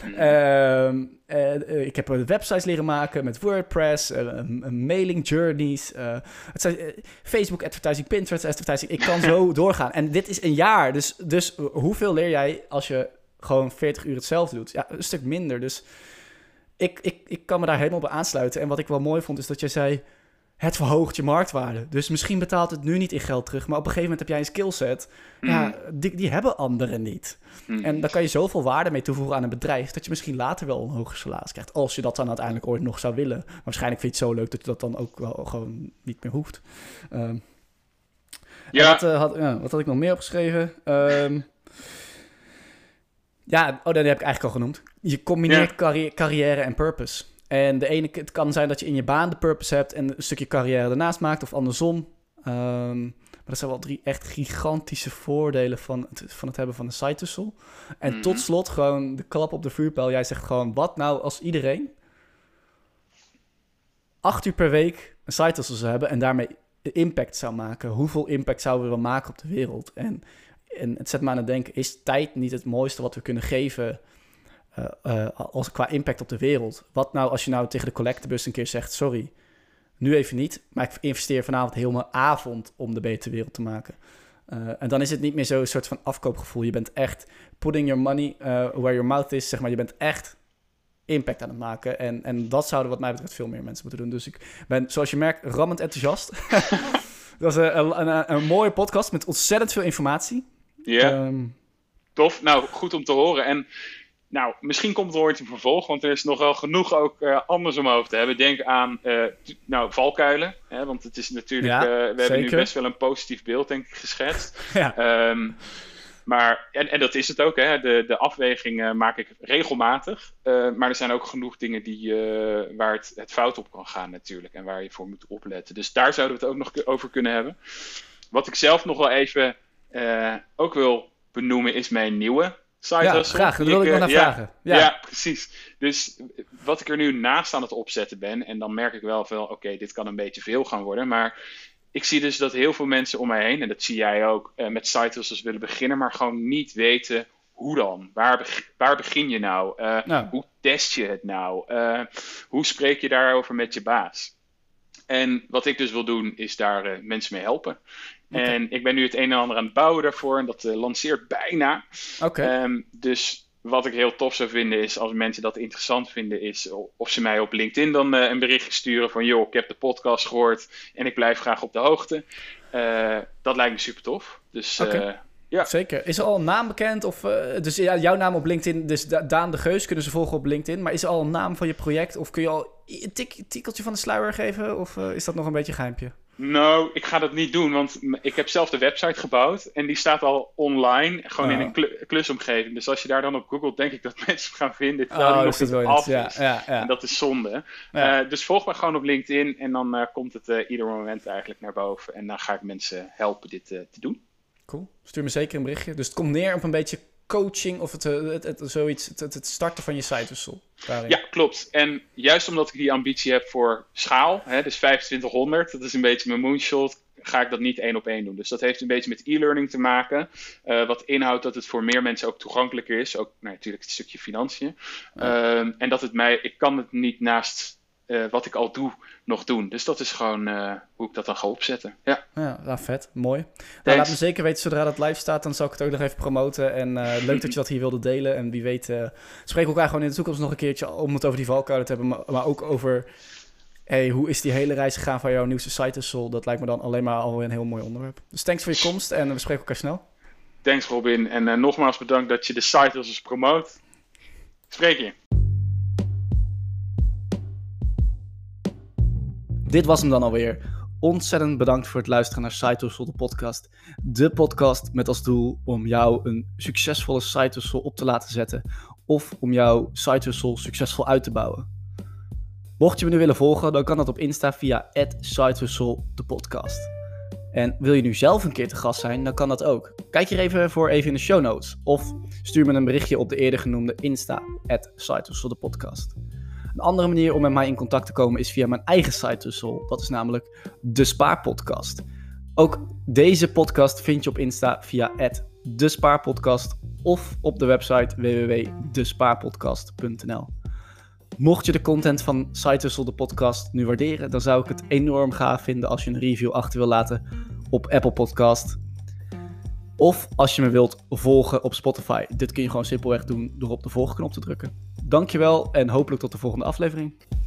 Uh, uh, ik heb websites leren maken met WordPress, uh, mailing journeys, uh, het zijn, uh, Facebook advertising, Pinterest advertising. Ik kan zo doorgaan. En dit is een jaar. Dus, dus hoeveel leer jij als je gewoon veertig uur hetzelfde doet? Ja, een stuk minder. Dus ik, ik, ik kan me daar helemaal bij aansluiten. En wat ik wel mooi vond, is dat jij zei, het verhoogt je marktwaarde. Dus misschien betaalt het nu niet in geld terug, maar op een gegeven moment heb jij een skillset. Mm. Ja, die, die hebben anderen niet. Mm. En dan kan je zoveel waarde mee toevoegen aan een bedrijf, dat je misschien later wel een hoger salaris krijgt. Als je dat dan uiteindelijk ooit nog zou willen. Maar waarschijnlijk vind je het zo leuk dat je dat dan ook wel gewoon niet meer hoeft. Um, ja. Wat, uh, had, ja, wat had ik nog meer opgeschreven? Um, ja, oh, dat heb ik eigenlijk al genoemd. Je combineert ja. carri- carrière en purpose. En de ene, het kan zijn dat je in je baan de purpose hebt en een stukje carrière daarnaast maakt, of andersom. Um, maar dat zijn wel drie echt gigantische voordelen van het, van het hebben van een Cytosol. En mm-hmm. tot slot gewoon de klap op de vuurpijl. Jij zegt gewoon, wat nou als iedereen acht uur per week een Cytosol zou hebben en daarmee impact zou maken? Hoeveel impact zouden we dan maken op de wereld? En, en het zet me aan het denken, is tijd niet het mooiste wat we kunnen geven Uh, uh, als qua impact op de wereld? Wat nou als je nou tegen de collectebus een keer zegt, sorry, nu even niet, maar ik investeer vanavond heel mijn avond om de betere wereld te maken. Uh, en dan is het niet meer zo'n soort van afkoopgevoel. Je bent echt putting your money uh, where your mouth is, zeg maar. Je bent echt impact aan het maken. En, en dat zouden wat mij betreft veel meer mensen moeten doen. Dus ik ben, zoals je merkt, rammend enthousiast. Dat was een, een, een, een mooie podcast met ontzettend veel informatie. Ja, yeah. um, tof. Nou, goed om te horen. En nou, misschien komt er ooit een vervolg, want er is nog wel genoeg ook uh, anders om over te hebben. Denk aan uh, t- nou, valkuilen, hè, want het is natuurlijk, ja, uh, we zeker. hebben nu best wel een positief beeld, denk ik, geschetst. Ja. Um, maar, en, en dat is het ook, hè, de, de afweging uh, maak ik regelmatig. Uh, maar er zijn ook genoeg dingen die, uh, waar het, het fout op kan gaan natuurlijk en waar je voor moet opletten. Dus daar zouden we het ook nog over kunnen hebben. Wat ik zelf nog wel even uh, ook wil benoemen is mijn nieuwe Cytosol. Ja, graag. Dat wil ik, ik nog naar ja, vragen. Ja. ja, precies. Dus wat ik er nu naast aan het opzetten ben, en dan merk ik wel van, oké, okay, dit kan een beetje veel gaan worden, maar ik zie dus dat heel veel mensen om mij heen, en dat zie jij ook, uh, met Cytosols willen beginnen, maar gewoon niet weten hoe dan. Waar, be- waar begin je nou? Uh, nou. Hoe test je het nou? Uh, hoe spreek je daarover met je baas? En wat ik dus wil doen, is daar uh, mensen mee helpen. Okay. En ik ben nu het een en ander aan het bouwen daarvoor. En dat uh, lanceert bijna. Okay. Um, dus wat ik heel tof zou vinden is, als mensen dat interessant vinden, is of ze mij op LinkedIn dan uh, een berichtje sturen van, joh, ik heb de podcast gehoord en ik blijf graag op de hoogte. Uh, dat lijkt me super tof. Dus okay. uh, ja. Zeker. Is er al een naam bekend? Of, uh, dus ja, jouw naam op LinkedIn, dus Daan de Geus, kunnen ze volgen op LinkedIn. Maar is er al een naam van je project? Of kun je al een tik, tikkeltje van de sluier geven? Of uh, is dat nog een beetje geheimpje? Nou, ik ga dat niet doen, want ik heb zelf de website gebouwd en die staat al online, gewoon oh. in een kl- klusomgeving. Dus als je daar dan op googelt, denk ik dat mensen gaan vinden terwijl die oh, nog niet af ja, is. Ja, ja. En dat is zonde. Ja. Uh, dus volg me gewoon op LinkedIn en dan uh, komt het uh, ieder moment eigenlijk naar boven. En dan ga ik mensen helpen dit uh, te doen. Cool. Stuur me zeker een berichtje. Dus het komt neer op een beetje coaching of het, het, het, het zoiets, het, het starten van je side hustle. Daarin. Ja, klopt. En juist omdat ik die ambitie heb voor schaal, hè, dus vijfentwintighonderd, dat is een beetje mijn moonshot, ga ik dat niet één op één doen. Dus dat heeft een beetje met e-learning te maken. Uh, wat inhoudt dat het voor meer mensen ook toegankelijker is. Ook nou, natuurlijk het stukje financiën. Ja. Um, en dat het mij, ik kan het niet naast uh, wat ik al doe, nog doen. Dus dat is gewoon uh, hoe ik dat dan ga opzetten. Ja, ja nou, vet. Mooi. Nou, laat me zeker weten, zodra dat live staat, dan zal ik het ook nog even promoten. En uh, leuk dat je dat hier wilde delen. En wie weet, uh, spreken we elkaar gewoon in de toekomst nog een keertje om het over die valkuilen te hebben. Maar, maar ook over, hey, hoe is die hele reis gegaan van jouw nieuwste side hustle? Dat lijkt me dan alleen maar alweer een heel mooi onderwerp. Dus thanks voor je komst en we spreken elkaar snel. Thanks Robin. En uh, nogmaals bedankt dat je de side hustles promoot. Spreek je. Dit was hem dan alweer. Ontzettend bedankt voor het luisteren naar Side Hustle, de podcast. De podcast met als doel om jou een succesvolle side hustle op te laten zetten. Of om jouw side hustle succesvol uit te bouwen. Mocht je me nu willen volgen, dan kan dat op Insta via at sidehustle de podcast. En wil je nu zelf een keer te gast zijn, dan kan dat ook. Kijk hier even voor even in de show notes. Of stuur me een berichtje op de eerder genoemde Insta at sidehustle de podcast. Een andere manier om met mij in contact te komen is via mijn eigen side hustle. Dat is namelijk de Spaarpodcast. Ook deze podcast vind je op Insta via at de Spaarpodcast of op de website w w w punt de spaarpodcast punt n l. Mocht je de content van Side Hustle, de podcast, nu waarderen, dan zou ik het enorm gaaf vinden als je een review achter wil laten op Apple Podcast. Of als je me wilt volgen op Spotify. Dit kun je gewoon simpelweg doen door op de volgknop te drukken. Dankjewel en hopelijk tot de volgende aflevering.